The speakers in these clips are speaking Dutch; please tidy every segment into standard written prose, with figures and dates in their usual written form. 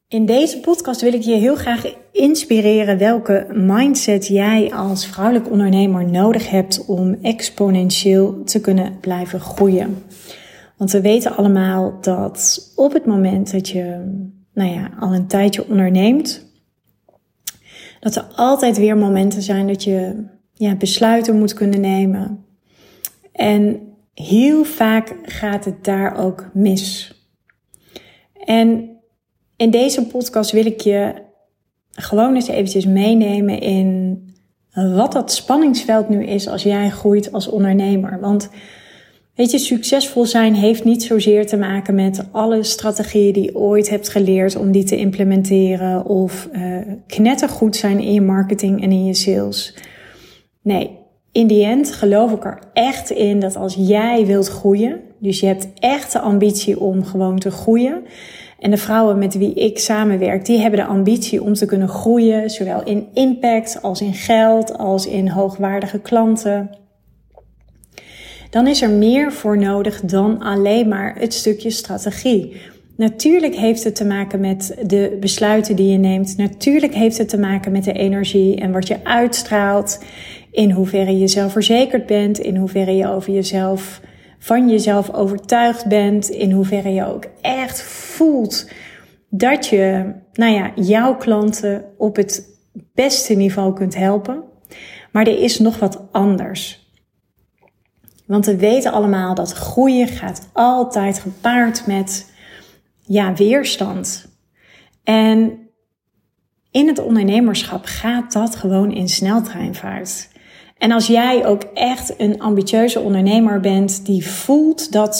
In deze podcast wil ik je heel graag inspireren welke mindset jij als vrouwelijk ondernemer nodig hebt om exponentieel te kunnen blijven groeien. Want we weten allemaal dat op het moment dat je al een tijdje onderneemt, dat er altijd weer momenten zijn dat je besluiten moet kunnen nemen. En heel vaak gaat het daar ook mis. En in deze podcast wil ik je gewoon eens eventjes meenemen in wat dat spanningsveld nu is als jij groeit als ondernemer. Want weet je, succesvol zijn heeft niet zozeer te maken met alle strategieën die je ooit hebt geleerd om die te implementeren. Of knettergoed zijn in je marketing en in je sales. Nee, in die end geloof ik er echt in dat als jij wilt groeien, dus je hebt echt de ambitie om gewoon te groeien. En de vrouwen met wie ik samenwerk, die hebben de ambitie om te kunnen groeien, zowel in impact als in geld, als in hoogwaardige klanten. Dan is er meer voor nodig dan alleen maar het stukje strategie. Natuurlijk heeft het te maken met de besluiten die je neemt. Natuurlijk heeft het te maken met de energie en wat je uitstraalt. In hoeverre je zelfverzekerd bent, in hoeverre je van jezelf overtuigd bent, in hoeverre je ook echt voelt dat je jouw klanten op het beste niveau kunt helpen. Maar er is nog wat anders. Want we weten allemaal dat groeien gaat altijd gepaard met weerstand. En in het ondernemerschap gaat dat gewoon in sneltreinvaart. En als jij ook echt een ambitieuze ondernemer bent die voelt dat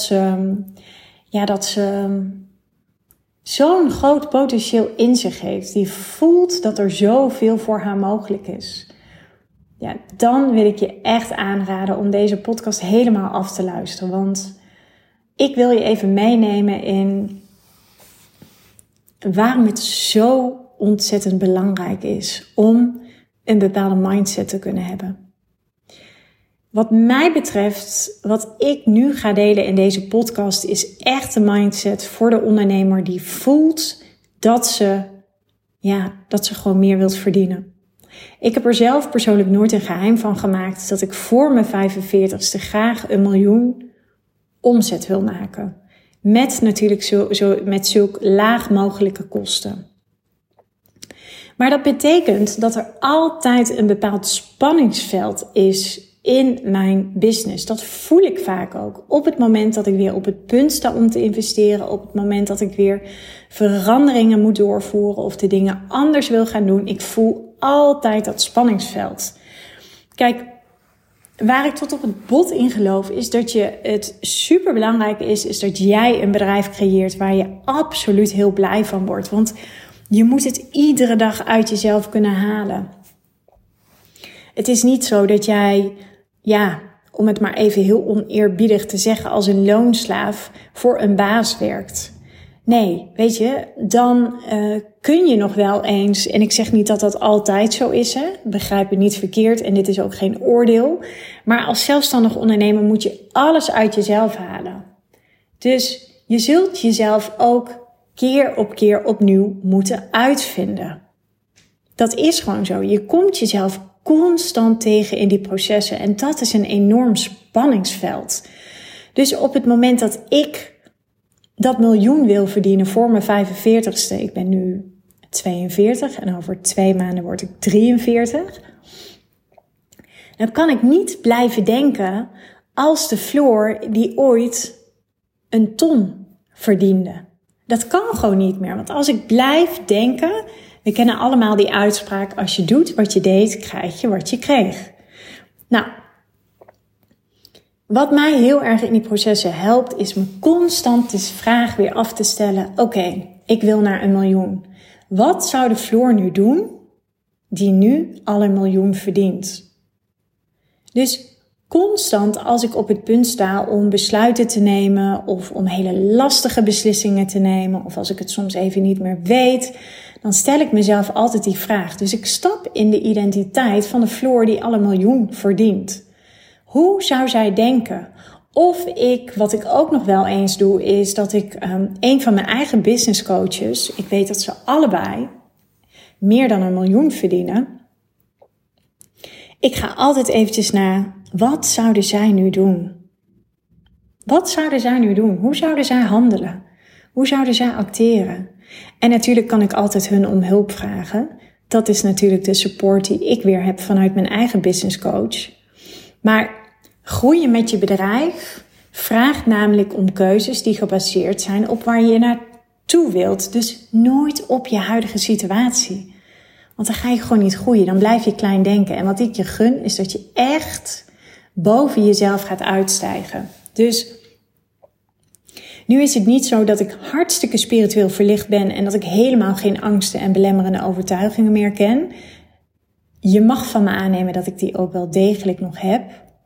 ze zo'n groot potentieel in zich heeft, die voelt dat er zoveel voor haar mogelijk is, dan wil ik je echt aanraden om deze podcast helemaal af te luisteren. Want ik wil je even meenemen in waarom het zo ontzettend belangrijk is om een bepaalde mindset te kunnen hebben. Wat mij betreft, wat ik nu ga delen in deze podcast, is echt een mindset voor de ondernemer die voelt dat ze gewoon meer wilt verdienen. Ik heb er zelf persoonlijk nooit een geheim van gemaakt dat ik voor mijn 45ste graag 1 miljoen omzet wil maken. Met natuurlijk met zulk laag mogelijke kosten. Maar dat betekent dat er altijd een bepaald spanningsveld is in mijn business. Dat voel ik vaak ook. Op het moment dat ik weer op het punt sta om te investeren. Op het moment dat ik weer veranderingen moet doorvoeren. Of de dingen anders wil gaan doen. Ik voel altijd dat spanningsveld. Kijk, waar ik tot op het bot in geloof is dat het superbelangrijk is dat jij een bedrijf creëert waar je absoluut heel blij van wordt. Want je moet het iedere dag uit jezelf kunnen halen. Het is niet zo dat jij, om het maar even heel oneerbiedig te zeggen, als een loonslaaf voor een baas werkt. Nee, weet je, dan kun je nog wel eens, en ik zeg niet dat dat altijd zo is, hè, begrijp me niet verkeerd en dit is ook geen oordeel, maar als zelfstandig ondernemer moet je alles uit jezelf halen. Dus je zult jezelf ook keer op keer opnieuw moeten uitvinden. Dat is gewoon zo. Je komt jezelf constant tegen in die processen. En dat is een enorm spanningsveld. Dus op het moment dat ik dat miljoen wil verdienen voor mijn 45ste. Ik ben nu 42 en over 2 maanden word ik 43. Dan kan ik niet blijven denken als de Floor die ooit 1 ton verdiende. Dat kan gewoon niet meer. Want als ik blijf denken, we kennen allemaal die uitspraak, als je doet wat je deed, krijg je wat je kreeg. Nou, wat mij heel erg in die processen helpt, is me constant de vraag weer af te stellen. Oké, ik wil naar 1 miljoen. Wat zou de Floor nu doen die nu al 1 miljoen verdient? Dus constant als ik op het punt sta om besluiten te nemen of om hele lastige beslissingen te nemen of als ik het soms even niet meer weet, dan stel ik mezelf altijd die vraag. Dus ik stap in de identiteit van de Floor die al 1 miljoen verdient. Hoe zou zij denken Of wat ik ook nog wel eens doe, is dat ik een van mijn eigen business coaches, ik weet dat ze allebei meer dan 1 miljoen verdienen. Ik ga altijd eventjes naar, wat zouden zij nu doen? Wat zouden zij nu doen? Hoe zouden zij handelen? Hoe zouden zij acteren? En natuurlijk kan ik altijd hun om hulp vragen. Dat is natuurlijk de support die ik weer heb vanuit mijn eigen business coach. Maar groeien met je bedrijf vraagt namelijk om keuzes die gebaseerd zijn op waar je naartoe wilt. Dus nooit op je huidige situatie. Want dan ga je gewoon niet groeien. Dan blijf je klein denken. En wat ik je gun is dat je echt boven jezelf gaat uitstijgen. Dus nu is het niet zo dat ik hartstikke spiritueel verlicht ben en dat ik helemaal geen angsten en belemmerende overtuigingen meer ken. Je mag van me aannemen dat ik die ook wel degelijk nog heb.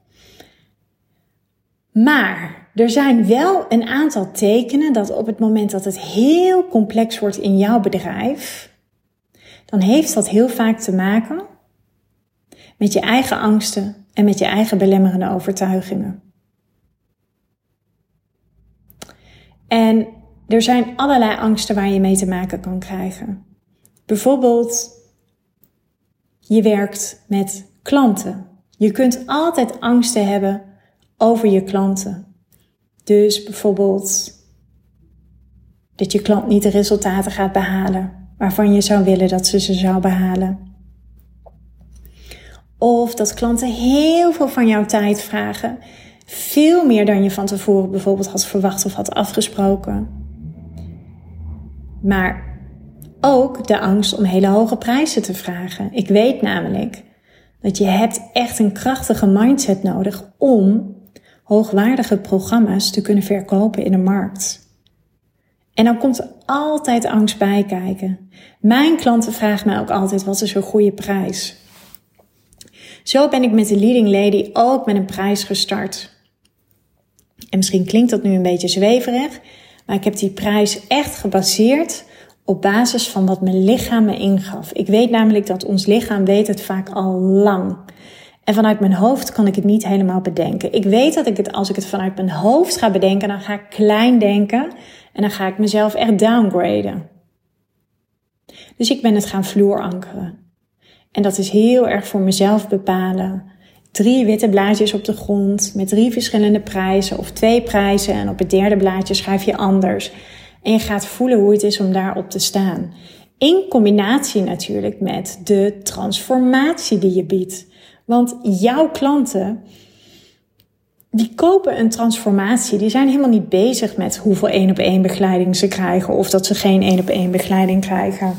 Maar er zijn wel een aantal tekenen dat op het moment dat het heel complex wordt in jouw bedrijf, dan heeft dat heel vaak te maken met je eigen angsten en met je eigen belemmerende overtuigingen. En er zijn allerlei angsten waar je mee te maken kan krijgen. Bijvoorbeeld, je werkt met klanten. Je kunt altijd angsten hebben over je klanten. Dus bijvoorbeeld dat je klant niet de resultaten gaat behalen waarvan je zou willen dat ze zou behalen. Of dat klanten heel veel van jouw tijd vragen. Veel meer dan je van tevoren bijvoorbeeld had verwacht of had afgesproken. Maar ook de angst om hele hoge prijzen te vragen. Ik weet namelijk dat je hebt echt een krachtige mindset nodig om hoogwaardige programma's te kunnen verkopen in de markt. En dan komt er altijd angst bij kijken. Mijn klanten vragen mij ook altijd, wat is een goede prijs? Zo ben ik met de Leading Lady ook met een prijs gestart. En misschien klinkt dat nu een beetje zweverig, maar ik heb die prijs echt gebaseerd op basis van wat mijn lichaam me ingaf. Ik weet namelijk dat ons lichaam weet het vaak al lang. En vanuit mijn hoofd kan ik het niet helemaal bedenken. Ik weet dat als ik het vanuit mijn hoofd ga bedenken, dan ga ik klein denken en dan ga ik mezelf echt downgraden. Dus ik ben het gaan vloerankeren. En dat is heel erg voor mezelf bepalen. 3 witte blaadjes op de grond met 3 verschillende prijzen of 2 prijzen. En op het 3e blaadje schrijf je anders. En je gaat voelen hoe het is om daarop te staan. In combinatie natuurlijk met de transformatie die je biedt. Want jouw klanten, die kopen een transformatie. Die zijn helemaal niet bezig met hoeveel 1-op-1 begeleiding ze krijgen. Of dat ze geen 1-op-1 begeleiding krijgen.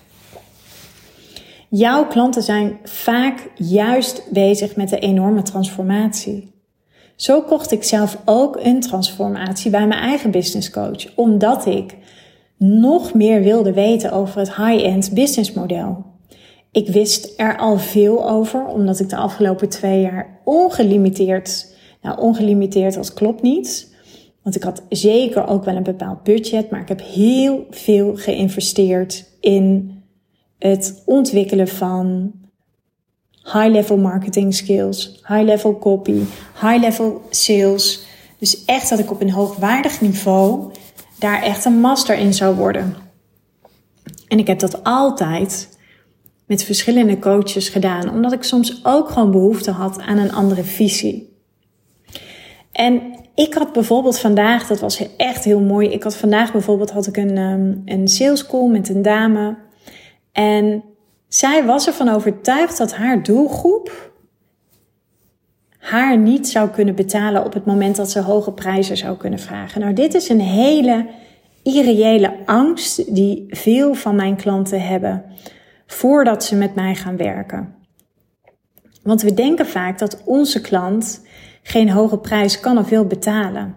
Jouw klanten zijn vaak juist bezig met de enorme transformatie. Zo kocht ik zelf ook een transformatie bij mijn eigen business coach. Omdat ik nog meer wilde weten over het high-end businessmodel. Ik wist er al veel over, omdat ik de afgelopen 2 jaar ongelimiteerd, dat klopt niet. Want ik had zeker ook wel een bepaald budget, maar ik heb heel veel geïnvesteerd in het ontwikkelen van high-level marketing skills, high-level copy, high-level sales. Dus echt dat ik op een hoogwaardig niveau daar echt een master in zou worden. En ik heb dat altijd met verschillende coaches gedaan, omdat ik soms ook gewoon behoefte had aan een andere visie. En ik had bijvoorbeeld vandaag, dat was echt heel mooi, had ik een sales call met een dame. En zij was ervan overtuigd dat haar doelgroep haar niet zou kunnen betalen op het moment dat ze hoge prijzen zou kunnen vragen. Nou, dit is een hele irreële angst die veel van mijn klanten hebben voordat ze met mij gaan werken. Want we denken vaak dat onze klant geen hoge prijs kan of wil betalen.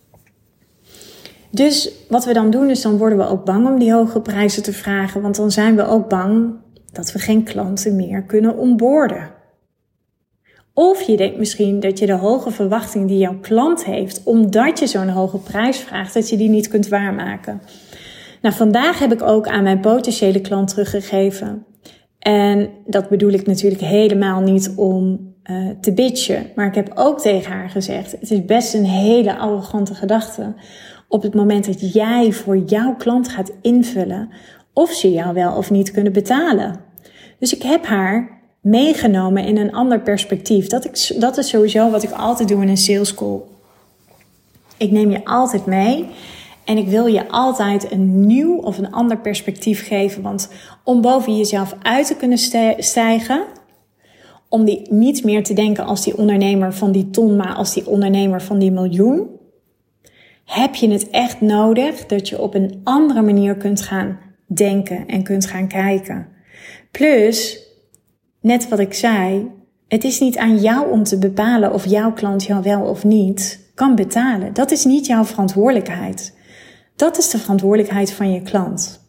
Dus wat we dan doen is, dan worden we ook bang om die hoge prijzen te vragen. Want dan zijn we ook bang dat we geen klanten meer kunnen onboarden. Of je denkt misschien dat je de hoge verwachting die jouw klant heeft, omdat je zo'n hoge prijs vraagt, dat je die niet kunt waarmaken. Nou, vandaag heb ik ook aan mijn potentiële klant teruggegeven. En dat bedoel ik natuurlijk helemaal niet om te bitchen. Maar ik heb ook tegen haar gezegd, het is best een hele arrogante gedachte. Op het moment dat jij voor jouw klant gaat invullen of ze jou wel of niet kunnen betalen. Dus ik heb haar meegenomen in een ander perspectief. Dat is sowieso wat ik altijd doe in een sales call. Ik neem je altijd mee en ik wil je altijd een nieuw of een ander perspectief geven. Want om boven jezelf uit te kunnen stijgen, om niet meer te denken als die ondernemer van die ton, maar als die ondernemer van die miljoen, heb je het echt nodig dat je op een andere manier kunt gaan denken en kunt gaan kijken. Plus, net wat ik zei, het is niet aan jou om te bepalen of jouw klant jou wel of niet kan betalen. Dat is niet jouw verantwoordelijkheid. Dat is de verantwoordelijkheid van je klant.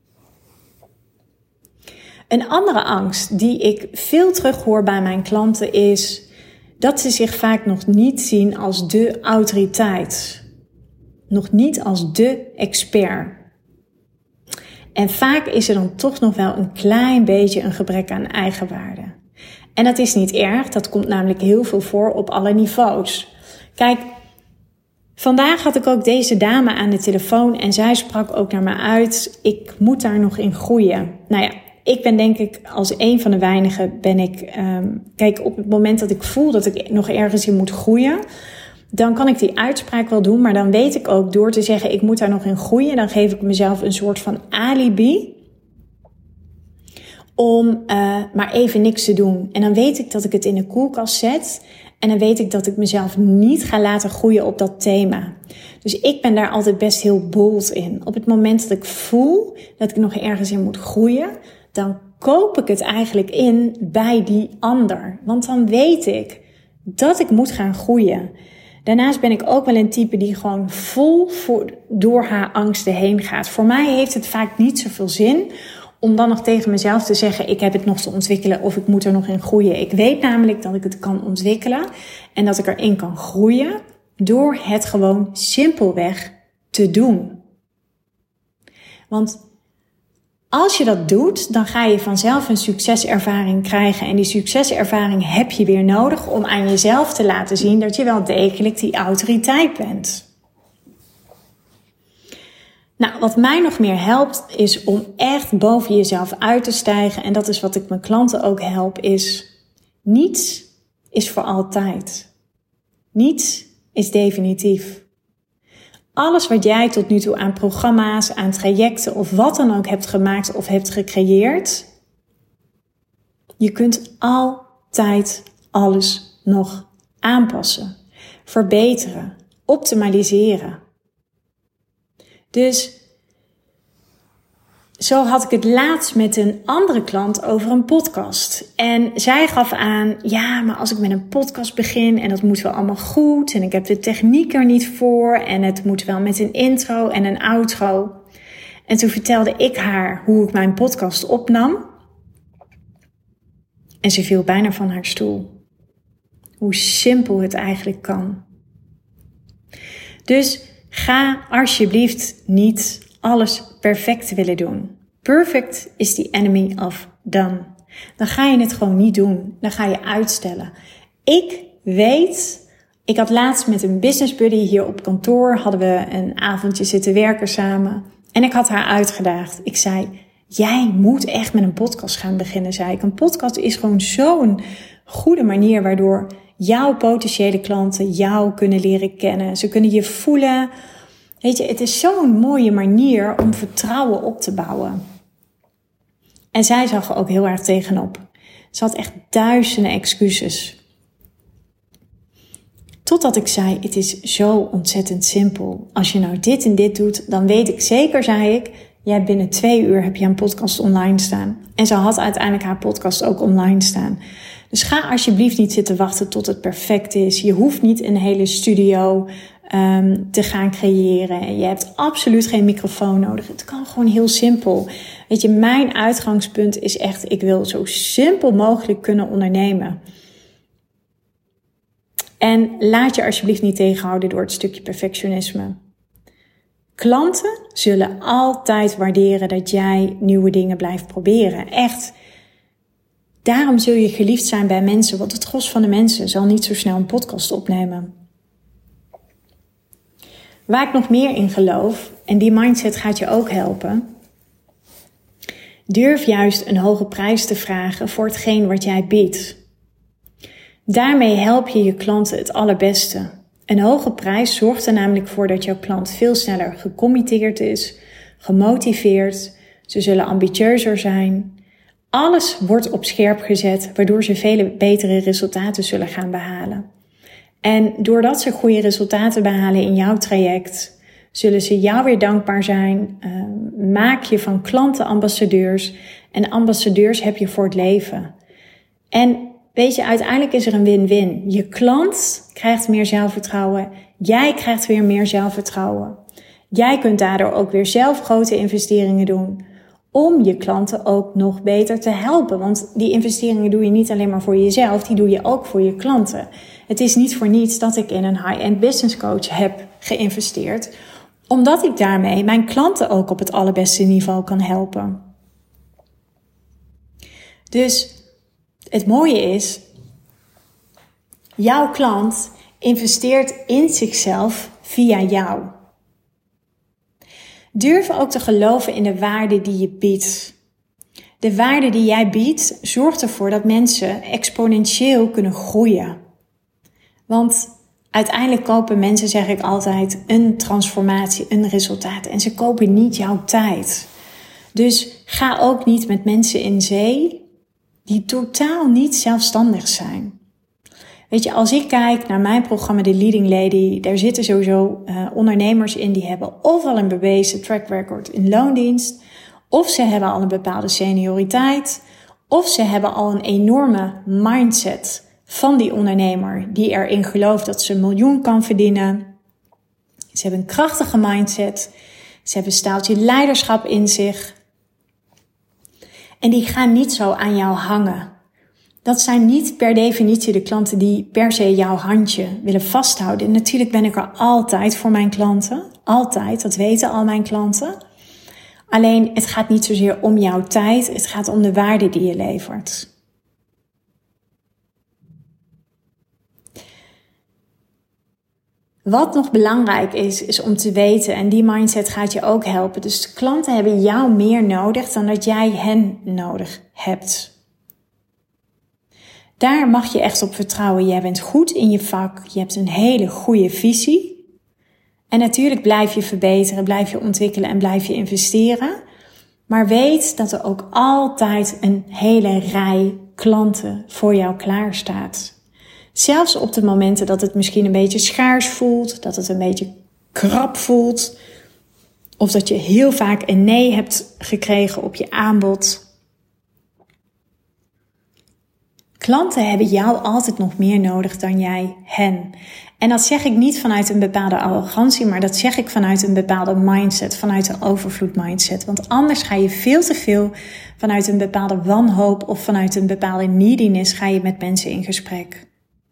Een andere angst die ik veel terughoor bij mijn klanten is dat ze zich vaak nog niet zien als de autoriteit. Nog niet als de expert. En vaak is er dan toch nog wel een klein beetje een gebrek aan eigenwaarde. En dat is niet erg, dat komt namelijk heel veel voor op alle niveaus. Kijk, vandaag had ik ook deze dame aan de telefoon en zij sprak ook naar me uit, ik moet daar nog in groeien. Nou ja, ik ben denk ik als een van de weinigen kijk, op het moment dat ik voel dat ik nog ergens in moet groeien, dan kan ik die uitspraak wel doen, maar dan weet ik ook door te zeggen ik moet daar nog in groeien, dan geef ik mezelf een soort van alibi om maar even niks te doen. En dan weet ik dat ik het in de koelkast zet en dan weet ik dat ik mezelf niet ga laten groeien op dat thema. Dus ik ben daar altijd best heel bold in. Op het moment dat ik voel dat ik nog ergens in moet groeien, dan koop ik het eigenlijk in bij die ander. Want dan weet ik dat ik moet gaan groeien. Daarnaast ben ik ook wel een type die gewoon vol door haar angsten heen gaat. Voor mij heeft het vaak niet zoveel zin om dan nog tegen mezelf te zeggen, ik heb het nog te ontwikkelen of ik moet er nog in groeien. Ik weet namelijk dat ik het kan ontwikkelen en dat ik erin kan groeien door het gewoon simpelweg te doen. Want als je dat doet, dan ga je vanzelf een succeservaring krijgen. En die succeservaring heb je weer nodig om aan jezelf te laten zien dat je wel degelijk die autoriteit bent. Nou, wat mij nog meer helpt is om echt boven jezelf uit te stijgen. En dat is wat ik mijn klanten ook help, is niets is voor altijd. Niets is definitief. Alles wat jij tot nu toe aan programma's, aan trajecten of wat dan ook hebt gemaakt of hebt gecreëerd, je kunt altijd alles nog aanpassen, verbeteren, optimaliseren. Dus zo had ik het laatst met een andere klant over een podcast. En zij gaf aan, ja, maar als ik met een podcast begin en dat moet wel allemaal goed en ik heb de techniek er niet voor en het moet wel met een intro en een outro. En toen vertelde ik haar hoe ik mijn podcast opnam. En ze viel bijna van haar stoel. Hoe simpel het eigenlijk kan. Dus ga alsjeblieft niet alles perfect willen doen. Perfect is the enemy of done. Dan ga je het gewoon niet doen. Dan ga je uitstellen. Ik had laatst met een business buddy hier op kantoor, hadden we een avondje zitten werken samen. En ik had haar uitgedaagd. Ik zei, jij moet echt met een podcast gaan beginnen, zei ik. Een podcast is gewoon zo'n goede manier waardoor jouw potentiële klanten jou kunnen leren kennen. Ze kunnen je voelen. Weet je, het is zo'n mooie manier om vertrouwen op te bouwen. En zij zag er ook heel erg tegenop. Ze had echt duizenden excuses. Totdat ik zei, het is zo ontzettend simpel. Als je nou dit en dit doet, dan weet ik zeker, zei ik, jij binnen 2 uur heb je een podcast online staan. En ze had uiteindelijk haar podcast ook online staan. Dus ga alsjeblieft niet zitten wachten tot het perfect is. Je hoeft niet een hele studio te gaan creëren. Je hebt absoluut geen microfoon nodig. Het kan gewoon heel simpel. Weet je, mijn uitgangspunt is echt, ik wil zo simpel mogelijk kunnen ondernemen. En laat je alsjeblieft niet tegenhouden door het stukje perfectionisme. Klanten zullen altijd waarderen dat jij nieuwe dingen blijft proberen. Echt. Daarom zul je geliefd zijn bij mensen, want het gros van de mensen zal niet zo snel een podcast opnemen. Waar ik nog meer in geloof, en die mindset gaat je ook helpen, durf juist een hoge prijs te vragen voor hetgeen wat jij biedt. Daarmee help je je klanten het allerbeste. Een hoge prijs zorgt er namelijk voor dat jouw klant veel sneller gecommitteerd is, gemotiveerd, ze zullen ambitieuzer zijn. Alles wordt op scherp gezet, waardoor ze vele betere resultaten zullen gaan behalen. En doordat ze goede resultaten behalen in jouw traject, zullen ze jou weer dankbaar zijn. Maak je van klanten ambassadeurs. En ambassadeurs heb je voor het leven. En weet je, uiteindelijk is er een win-win. Je klant krijgt meer zelfvertrouwen. Jij krijgt weer meer zelfvertrouwen. Jij kunt daardoor ook weer zelf grote investeringen doen. Om je klanten ook nog beter te helpen. Want die investeringen doe je niet alleen maar voor jezelf. Die doe je ook voor je klanten. Het is niet voor niets dat ik in een high-end business coach heb geïnvesteerd. Omdat ik daarmee mijn klanten ook op het allerbeste niveau kan helpen. Dus het mooie is, jouw klant investeert in zichzelf via jou. Durf ook te geloven in de waarde die je biedt. De waarde die jij biedt zorgt ervoor dat mensen exponentieel kunnen groeien. Want uiteindelijk kopen mensen, zeg ik altijd, een transformatie, een resultaat. En ze kopen niet jouw tijd. Dus ga ook niet met mensen in zee die totaal niet zelfstandig zijn. Weet je, als ik kijk naar mijn programma The Leading Lady, daar zitten sowieso ondernemers in die hebben of al een bewezen track record in loondienst, of ze hebben al een bepaalde senioriteit, of ze hebben al een enorme mindset van die ondernemer die erin gelooft dat ze 1 miljoen kan verdienen. Ze hebben een krachtige mindset, ze hebben een staaltje leiderschap in zich. En die gaan niet zo aan jou hangen. Dat zijn niet per definitie de klanten die per se jouw handje willen vasthouden. En natuurlijk ben ik er altijd voor mijn klanten. Altijd, dat weten al mijn klanten. Alleen, het gaat niet zozeer om jouw tijd. Het gaat om de waarde die je levert. Wat nog belangrijk is om te weten, en die mindset gaat je ook helpen. Dus de klanten hebben jou meer nodig dan dat jij hen nodig hebt. Daar mag je echt op vertrouwen. Jij bent goed in je vak. Je hebt een hele goede visie. En natuurlijk blijf je verbeteren, blijf je ontwikkelen en blijf je investeren. Maar weet dat er ook altijd een hele rij klanten voor jou klaar staat. Zelfs op de momenten dat het misschien een beetje schaars voelt, dat het een beetje krap voelt. Of dat je heel vaak een nee hebt gekregen op je aanbod. Klanten hebben jou altijd nog meer nodig dan jij hen. En dat zeg ik niet vanuit een bepaalde arrogantie, maar dat zeg ik vanuit een bepaalde mindset, vanuit de overvloed mindset. Want anders ga je veel te veel vanuit een bepaalde wanhoop of vanuit een bepaalde neediness ga je met mensen in gesprek.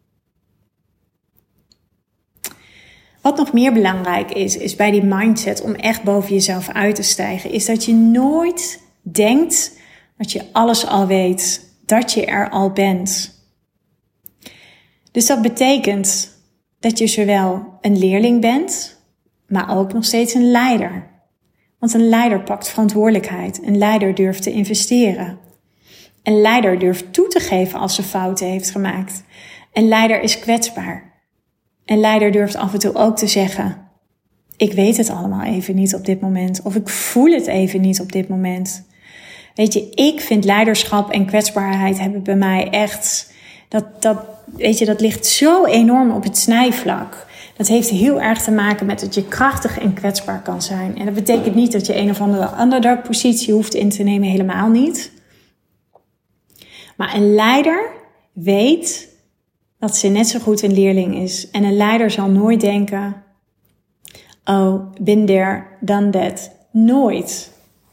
Wat nog meer belangrijk is bij die mindset om echt boven jezelf uit te stijgen, is dat je nooit denkt dat je alles al weet. Dat je er al bent. Dus dat betekent dat je zowel een leerling bent, maar ook nog steeds een leider. Want een leider pakt verantwoordelijkheid. Een leider durft te investeren. Een leider durft toe te geven als ze fouten heeft gemaakt. Een leider is kwetsbaar. Een leider durft af en toe ook te zeggen, ik weet het allemaal even niet op dit moment. Of ik voel het even niet op dit moment. Weet je, ik vind leiderschap en kwetsbaarheid hebben bij mij echt, dat ligt zo enorm op het snijvlak. Dat heeft heel erg te maken met dat je krachtig en kwetsbaar kan zijn. En dat betekent niet dat je een of andere underdog positie hoeft in te nemen, helemaal niet. Maar een leider weet dat ze net zo goed een leerling is. En een leider zal nooit denken, oh, been there, done that. Nooit.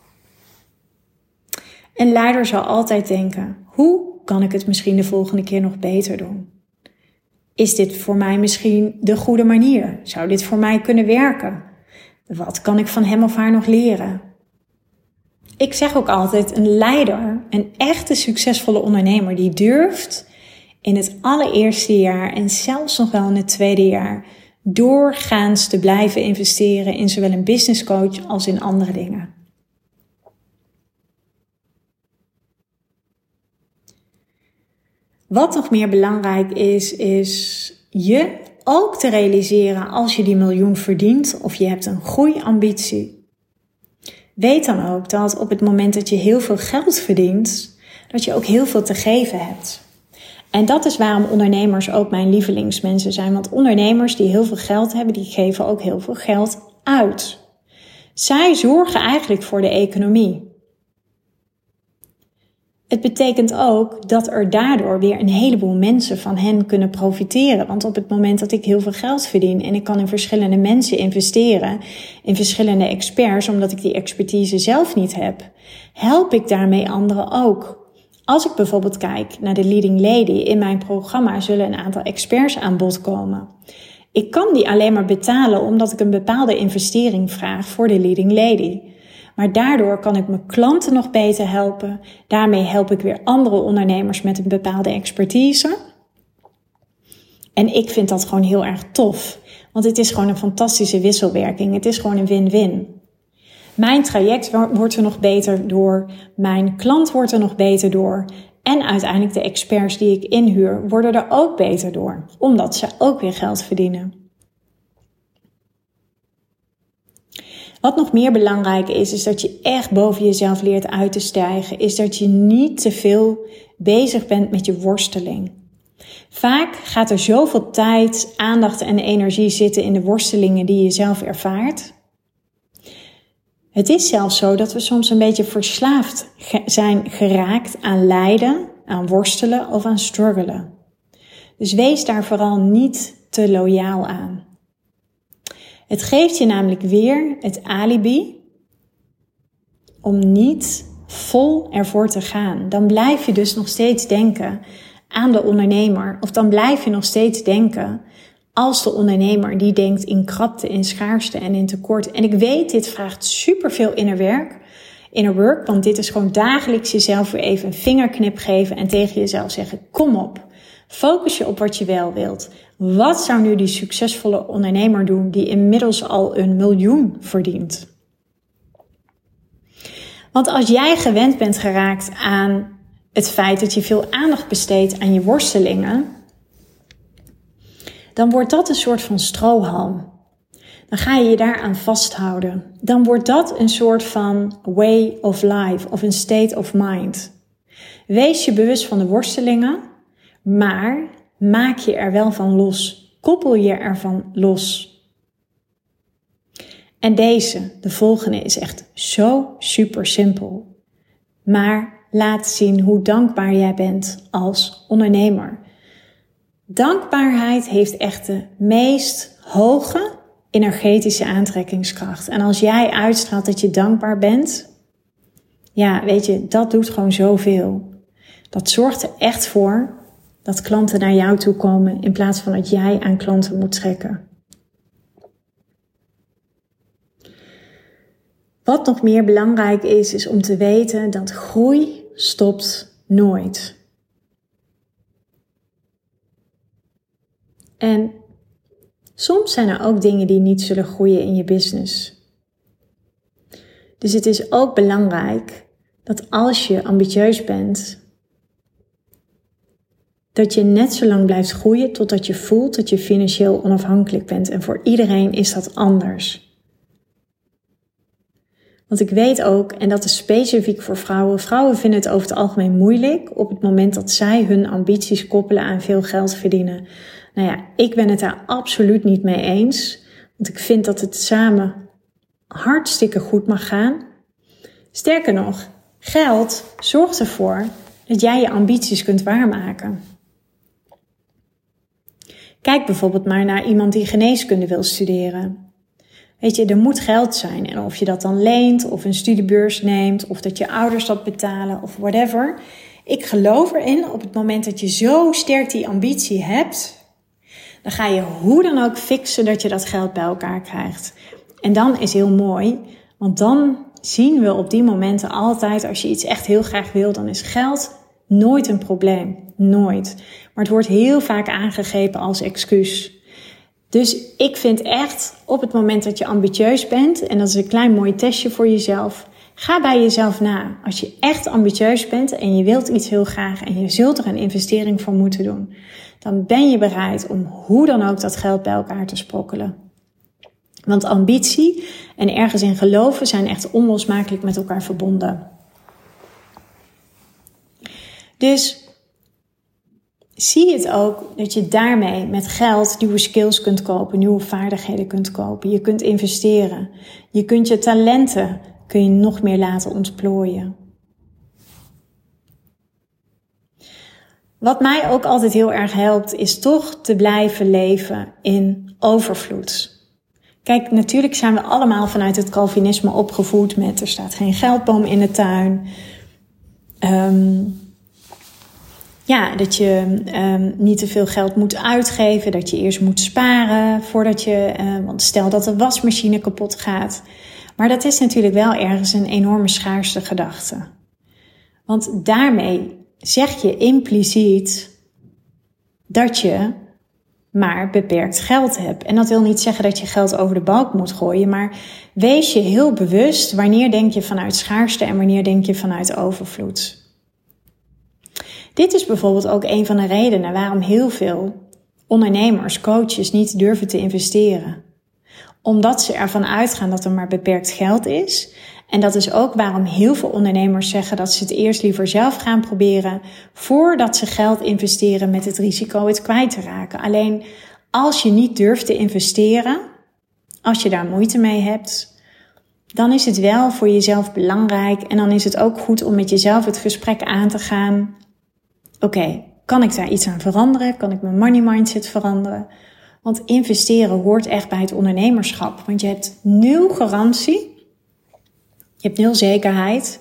Een leider zal altijd denken, hoe kan ik het misschien de volgende keer nog beter doen? Is dit voor mij misschien de goede manier? Zou dit voor mij kunnen werken? Wat kan ik van hem of haar nog leren? Ik zeg ook altijd, een leider, een echte succesvolle ondernemer, die durft in het allereerste jaar en zelfs nog wel in het tweede jaar doorgaans te blijven investeren in zowel een business coach als in andere dingen. Wat nog meer belangrijk is je ook te realiseren als je die miljoen verdient of je hebt een groeiambitie. Weet dan ook dat op het moment dat je heel veel geld verdient, dat je ook heel veel te geven hebt. En dat is waarom ondernemers ook mijn lievelingsmensen zijn. Want ondernemers die heel veel geld hebben, die geven ook heel veel geld uit. Zij zorgen eigenlijk voor de economie. Het betekent ook dat er daardoor weer een heleboel mensen van hen kunnen profiteren. Want op het moment dat ik heel veel geld verdien en ik kan in verschillende mensen investeren, in verschillende experts, omdat ik die expertise zelf niet heb, help ik daarmee anderen ook. Als ik bijvoorbeeld kijk naar de Leading Lady, in mijn programma zullen een aantal experts aan bod komen. Ik kan die alleen maar betalen omdat ik een bepaalde investering vraag voor de Leading Lady. Maar daardoor kan ik mijn klanten nog beter helpen. Daarmee help ik weer andere ondernemers met een bepaalde expertise. En ik vind dat gewoon heel erg tof. Want het is gewoon een fantastische wisselwerking. Het is gewoon een win-win. Mijn traject wordt er nog beter door. Mijn klant wordt er nog beter door. En uiteindelijk de experts die ik inhuur worden er ook beter door. Omdat ze ook weer geld verdienen. Wat nog meer belangrijk is dat je echt boven jezelf leert uit te stijgen. Is dat je niet te veel bezig bent met je worsteling. Vaak gaat er zoveel tijd, aandacht en energie zitten in de worstelingen die je zelf ervaart. Het is zelfs zo dat we soms een beetje verslaafd zijn geraakt aan lijden, aan worstelen of aan struggelen. Dus wees daar vooral niet te loyaal aan. Het geeft je namelijk weer het alibi om niet vol ervoor te gaan. Dan blijf je dus nog steeds denken aan de ondernemer. Of dan blijf je nog steeds denken als de ondernemer die denkt in krapte, in schaarste en in tekort. En ik weet, dit vraagt superveel inner work. Want dit is gewoon dagelijks jezelf weer even een vingerknip geven en tegen jezelf zeggen, kom op. Focus je op wat je wel wilt. Wat zou nu die succesvolle ondernemer doen die inmiddels al 1 miljoen verdient? Want als jij gewend bent geraakt aan het feit dat je veel aandacht besteedt aan je worstelingen, dan wordt dat een soort van strohalm. Dan ga je je daaraan vasthouden. Dan wordt dat een soort van way of life of een state of mind. Wees je bewust van de worstelingen, maar maak je er wel van los. Koppel je ervan los. En de volgende, is echt zo super simpel. Maar laat zien hoe dankbaar jij bent als ondernemer. Dankbaarheid heeft echt de meest hoge energetische aantrekkingskracht. En als jij uitstraalt dat je dankbaar bent, ja, weet je, dat doet gewoon zoveel. Dat zorgt er echt voor dat klanten naar jou toe komen in plaats van dat jij aan klanten moet trekken. Wat nog meer belangrijk is om te weten dat groei stopt nooit. En soms zijn er ook dingen die niet zullen groeien in je business. Dus het is ook belangrijk dat als je ambitieus bent, dat je net zo lang blijft groeien totdat je voelt dat je financieel onafhankelijk bent. En voor iedereen is dat anders. Want ik weet ook, en dat is specifiek voor vrouwen, vrouwen vinden het over het algemeen moeilijk op het moment dat zij hun ambities koppelen aan veel geld verdienen. Nou ja, ik ben het daar absoluut niet mee eens. Want ik vind dat het samen hartstikke goed mag gaan. Sterker nog, geld zorgt ervoor dat jij je ambities kunt waarmaken. Kijk bijvoorbeeld maar naar iemand die geneeskunde wil studeren. Weet je, er moet geld zijn. En of je dat dan leent, of een studiebeurs neemt, of dat je ouders dat betalen, of whatever. Ik geloof erin, op het moment dat je zo sterk die ambitie hebt, dan ga je hoe dan ook fixen dat je dat geld bij elkaar krijgt. En dan is heel mooi, want dan zien we op die momenten altijd, als je iets echt heel graag wil, dan is geld nooit een probleem. Nooit. Maar het wordt heel vaak aangegrepen als excuus. Dus ik vind echt, op het moment dat je ambitieus bent, en dat is een klein mooi testje voor jezelf, ga bij jezelf na. Als je echt ambitieus bent en je wilt iets heel graag en je zult er een investering voor moeten doen, dan ben je bereid om hoe dan ook dat geld bij elkaar te sprokkelen. Want ambitie en ergens in geloven zijn echt onlosmakelijk met elkaar verbonden. Dus zie het ook dat je daarmee met geld nieuwe skills kunt kopen, nieuwe vaardigheden kunt kopen. Je kunt investeren. Je kunt je talenten nog meer laten ontplooien. Wat mij ook altijd heel erg helpt, is toch te blijven leven in overvloed. Kijk, natuurlijk zijn we allemaal vanuit het Calvinisme opgevoed met er staat geen geldboom in de tuin. Dat je niet te veel geld moet uitgeven, dat je eerst moet sparen voordat want stel dat de wasmachine kapot gaat. Maar dat is natuurlijk wel ergens een enorme schaarste gedachte. Want daarmee zeg je impliciet dat je maar beperkt geld hebt. En dat wil niet zeggen dat je geld over de balk moet gooien, maar wees je heel bewust wanneer denk je vanuit schaarste en wanneer denk je vanuit overvloed. Dit is bijvoorbeeld ook een van de redenen waarom heel veel ondernemers, coaches niet durven te investeren. Omdat ze ervan uitgaan dat er maar beperkt geld is. En dat is ook waarom heel veel ondernemers zeggen dat ze het eerst liever zelf gaan proberen voordat ze geld investeren met het risico het kwijt te raken. Alleen als je niet durft te investeren, als je daar moeite mee hebt, dan is het wel voor jezelf belangrijk en dan is het ook goed om met jezelf het gesprek aan te gaan. Oké, kan ik daar iets aan veranderen? Kan ik mijn money mindset veranderen? Want investeren hoort echt bij het ondernemerschap. Want je hebt 0 garantie. Je hebt 0 zekerheid.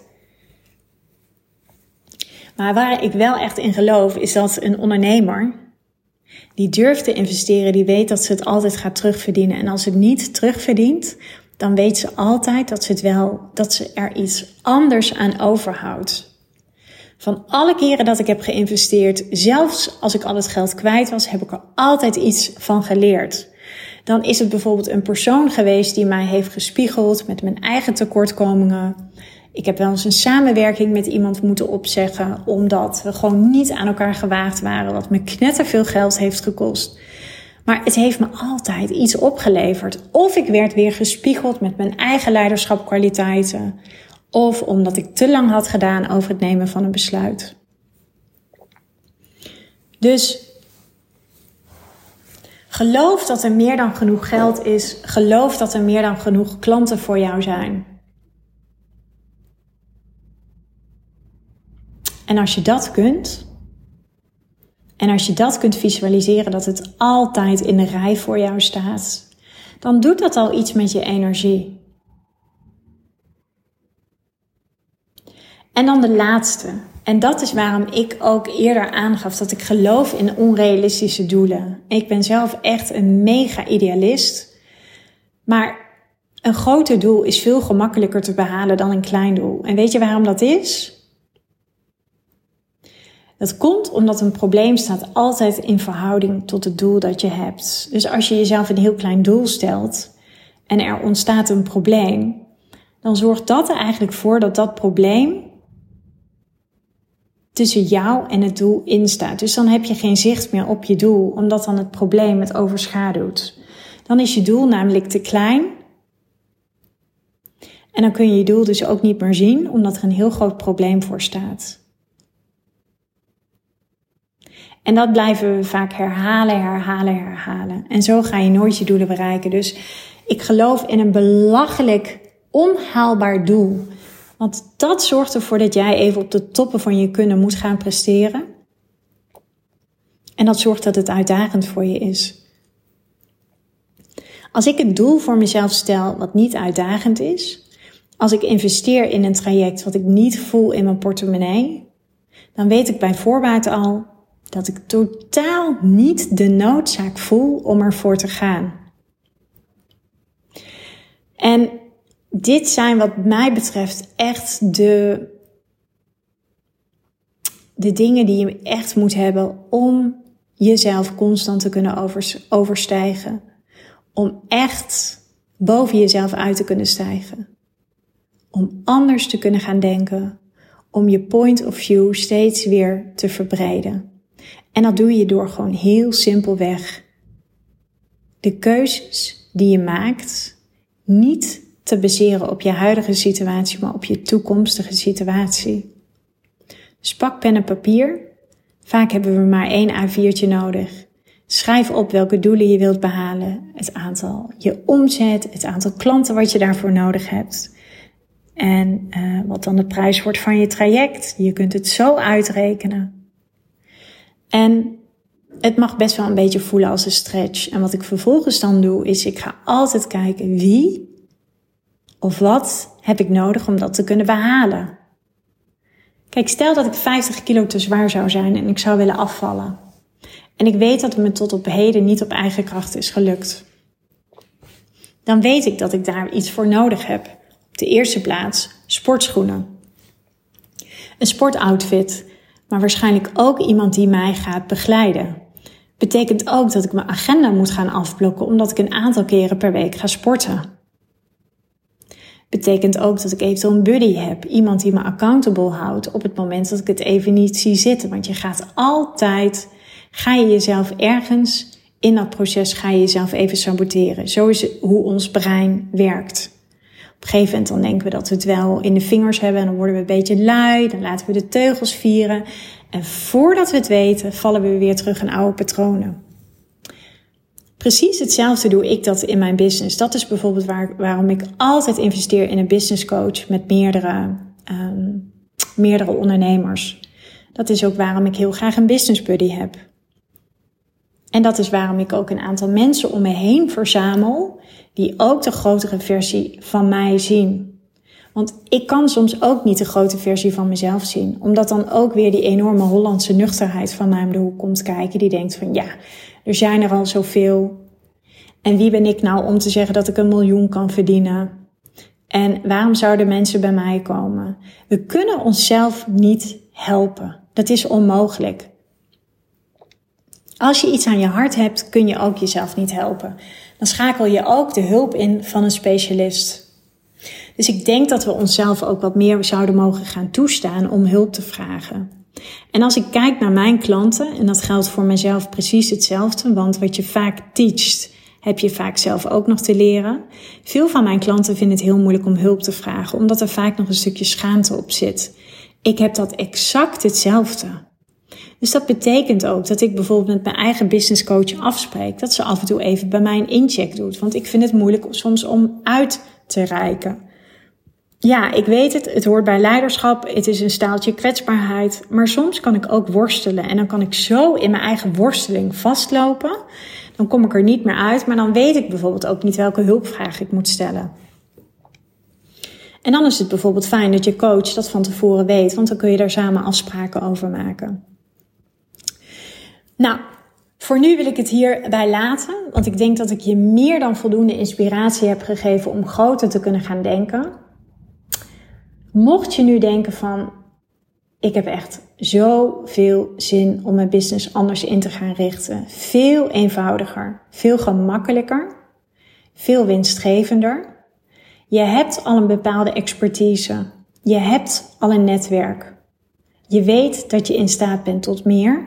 Maar waar ik wel echt in geloof is dat een ondernemer die durft te investeren, die weet dat ze het altijd gaat terugverdienen. En als ze het niet terugverdient, dan weet ze altijd dat ze er iets anders aan overhoudt. Van alle keren dat ik heb geïnvesteerd, zelfs als ik al het geld kwijt was, heb ik er altijd iets van geleerd. Dan is het bijvoorbeeld een persoon geweest die mij heeft gespiegeld met mijn eigen tekortkomingen. Ik heb wel eens een samenwerking met iemand moeten opzeggen, omdat we gewoon niet aan elkaar gewaagd waren, wat me knetterveel geld heeft gekost. Maar het heeft me altijd iets opgeleverd. Of ik werd weer gespiegeld met mijn eigen leiderschapkwaliteiten. Of omdat ik te lang had gedaan over het nemen van een besluit. Dus geloof dat er meer dan genoeg geld is. Geloof dat er meer dan genoeg klanten voor jou zijn. En als je dat kunt, en als je dat kunt visualiseren dat het altijd in de rij voor jou staat, dan doet dat al iets met je energie. En dan de laatste. En dat is waarom ik ook eerder aangaf dat ik geloof in onrealistische doelen. Ik ben zelf echt een mega idealist. Maar een groter doel is veel gemakkelijker te behalen dan een klein doel. En weet je waarom dat is? Dat komt omdat een probleem staat altijd in verhouding tot het doel dat je hebt. Dus als je jezelf een heel klein doel stelt en er ontstaat een probleem, dan zorgt dat er eigenlijk voor dat dat probleem tussen jou en het doel instaat. Dus dan heb je geen zicht meer op je doel, omdat dan het probleem het overschaduwt. Dan is je doel namelijk te klein. En dan kun je je doel dus ook niet meer zien, omdat er een heel groot probleem voor staat. En dat blijven we vaak herhalen. En zo ga je nooit je doelen bereiken. Dus ik geloof in een belachelijk onhaalbaar doel. Want dat zorgt ervoor dat jij even op de toppen van je kunnen moet gaan presteren. En dat zorgt dat het uitdagend voor je is. Als ik een doel voor mezelf stel wat niet uitdagend is, als ik investeer in een traject wat ik niet voel in mijn portemonnee, dan weet ik bij voorbaat al dat ik totaal niet de noodzaak voel om ervoor te gaan. En dit zijn wat mij betreft echt de dingen die je echt moet hebben om jezelf constant te kunnen overstijgen. Om echt boven jezelf uit te kunnen stijgen. Om anders te kunnen gaan denken. Om je point of view steeds weer te verbreden. En dat doe je door gewoon heel simpelweg de keuzes die je maakt niet te baseren op je huidige situatie, maar op je toekomstige situatie. Dus pak pen en papier. Vaak hebben we maar 1 A4'tje nodig. Schrijf op welke doelen je wilt behalen. Het aantal je omzet, het aantal klanten wat je daarvoor nodig hebt. En wat dan de prijs wordt van je traject. Je kunt het zo uitrekenen. En het mag best wel een beetje voelen als een stretch. En wat ik vervolgens dan doe, is ik ga altijd kijken wie of wat heb ik nodig om dat te kunnen behalen. Kijk, stel dat ik 50 kilo te zwaar zou zijn en ik zou willen afvallen. En ik weet dat het me tot op heden niet op eigen kracht is gelukt. Dan weet ik dat ik daar iets voor nodig heb. Op de eerste plaats sportschoenen. Een sportoutfit, maar waarschijnlijk ook iemand die mij gaat begeleiden. Betekent ook dat ik mijn agenda moet gaan afblokken omdat ik een aantal keren per week ga sporten. Betekent ook dat ik eventueel een buddy heb. Iemand die me accountable houdt op het moment dat ik het even niet zie zitten. Want je gaat altijd, ga je jezelf ergens in dat proces, ga je jezelf even saboteren. Zo is het hoe ons brein werkt. Op een gegeven moment dan denken we dat we het wel in de vingers hebben. En dan worden we een beetje lui. Dan laten we de teugels vieren. En voordat we het weten, vallen we weer terug in oude patronen. Precies hetzelfde doe ik dat in mijn business. Dat is bijvoorbeeld waarom ik altijd investeer in een business coach met meerdere ondernemers. Dat is ook waarom ik heel graag een business buddy heb. En dat is waarom ik ook een aantal mensen om me heen verzamel die ook de grotere versie van mij zien. Want ik kan soms ook niet de grote versie van mezelf zien. Omdat dan ook weer die enorme Hollandse nuchterheid van mij om de hoek komt kijken. Die denkt van ja, er zijn er al zoveel. En wie ben ik nou om te zeggen dat ik 1 miljoen kan verdienen? En waarom zouden mensen bij mij komen? We kunnen onszelf niet helpen. Dat is onmogelijk. Als je iets aan je hart hebt, kun je ook jezelf niet helpen. Dan schakel je ook de hulp in van een specialist. Dus ik denk dat we onszelf ook wat meer zouden mogen gaan toestaan om hulp te vragen. En als ik kijk naar mijn klanten, en dat geldt voor mezelf precies hetzelfde, want wat je vaak teacht, heb je vaak zelf ook nog te leren. Veel van mijn klanten vinden het heel moeilijk om hulp te vragen, omdat er vaak nog een stukje schaamte op zit. Ik heb dat exact hetzelfde. Dus dat betekent ook dat ik bijvoorbeeld met mijn eigen business coach afspreek dat ze af en toe even bij mij een incheck doet. Want ik vind het moeilijk soms om uit te reiken. Ja, ik weet het hoort bij leiderschap, het is een staaltje kwetsbaarheid. Maar soms kan ik ook worstelen en dan kan ik zo in mijn eigen worsteling vastlopen. Dan kom ik er niet meer uit, maar dan weet ik bijvoorbeeld ook niet welke hulpvraag ik moet stellen. En dan is het bijvoorbeeld fijn dat je coach dat van tevoren weet, want dan kun je daar samen afspraken over maken. Nou, voor nu wil ik het hierbij laten, want ik denk dat ik je meer dan voldoende inspiratie heb gegeven om groter te kunnen gaan denken. Mocht je nu denken van, ik heb echt zoveel zin om mijn business anders in te gaan richten. Veel eenvoudiger, veel gemakkelijker, veel winstgevender. Je hebt al een bepaalde expertise. Je hebt al een netwerk. Je weet dat je in staat bent tot meer.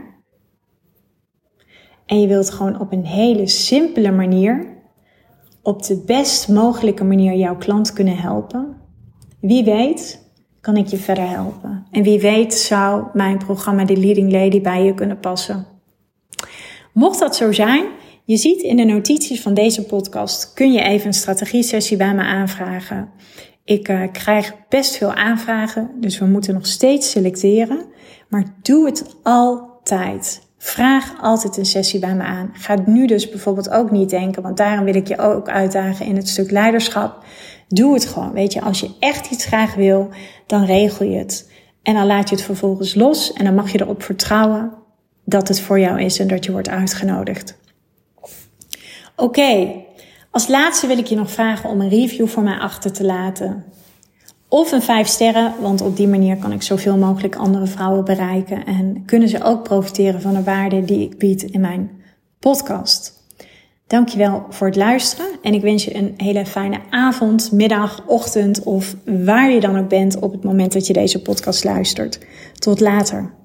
En je wilt gewoon op een hele simpele manier, op de best mogelijke manier jouw klant kunnen helpen. Wie weet kan ik je verder helpen. En wie weet zou mijn programma The Leading Lady bij je kunnen passen. Mocht dat zo zijn, je ziet in de notities van deze podcast, kun je even een strategie-sessie bij me aanvragen. Ik krijg best veel aanvragen, dus we moeten nog steeds selecteren. Maar doe het altijd. Vraag altijd een sessie bij me aan. Ga nu dus bijvoorbeeld ook niet denken, want daarom wil ik je ook uitdagen in het stuk leiderschap. Doe het gewoon, weet je. Als je echt iets graag wil, dan regel je het. En dan laat je het vervolgens los en dan mag je erop vertrouwen dat het voor jou is en dat je wordt uitgenodigd. Oké, Als laatste wil ik je nog vragen om een review voor mij achter te laten. Of een 5 sterren, want op die manier kan ik zoveel mogelijk andere vrouwen bereiken. En kunnen ze ook profiteren van de waarde die ik bied in mijn podcast. Dankjewel voor het luisteren. En ik wens je een hele fijne avond, middag, ochtend of waar je dan ook bent op het moment dat je deze podcast luistert. Tot later.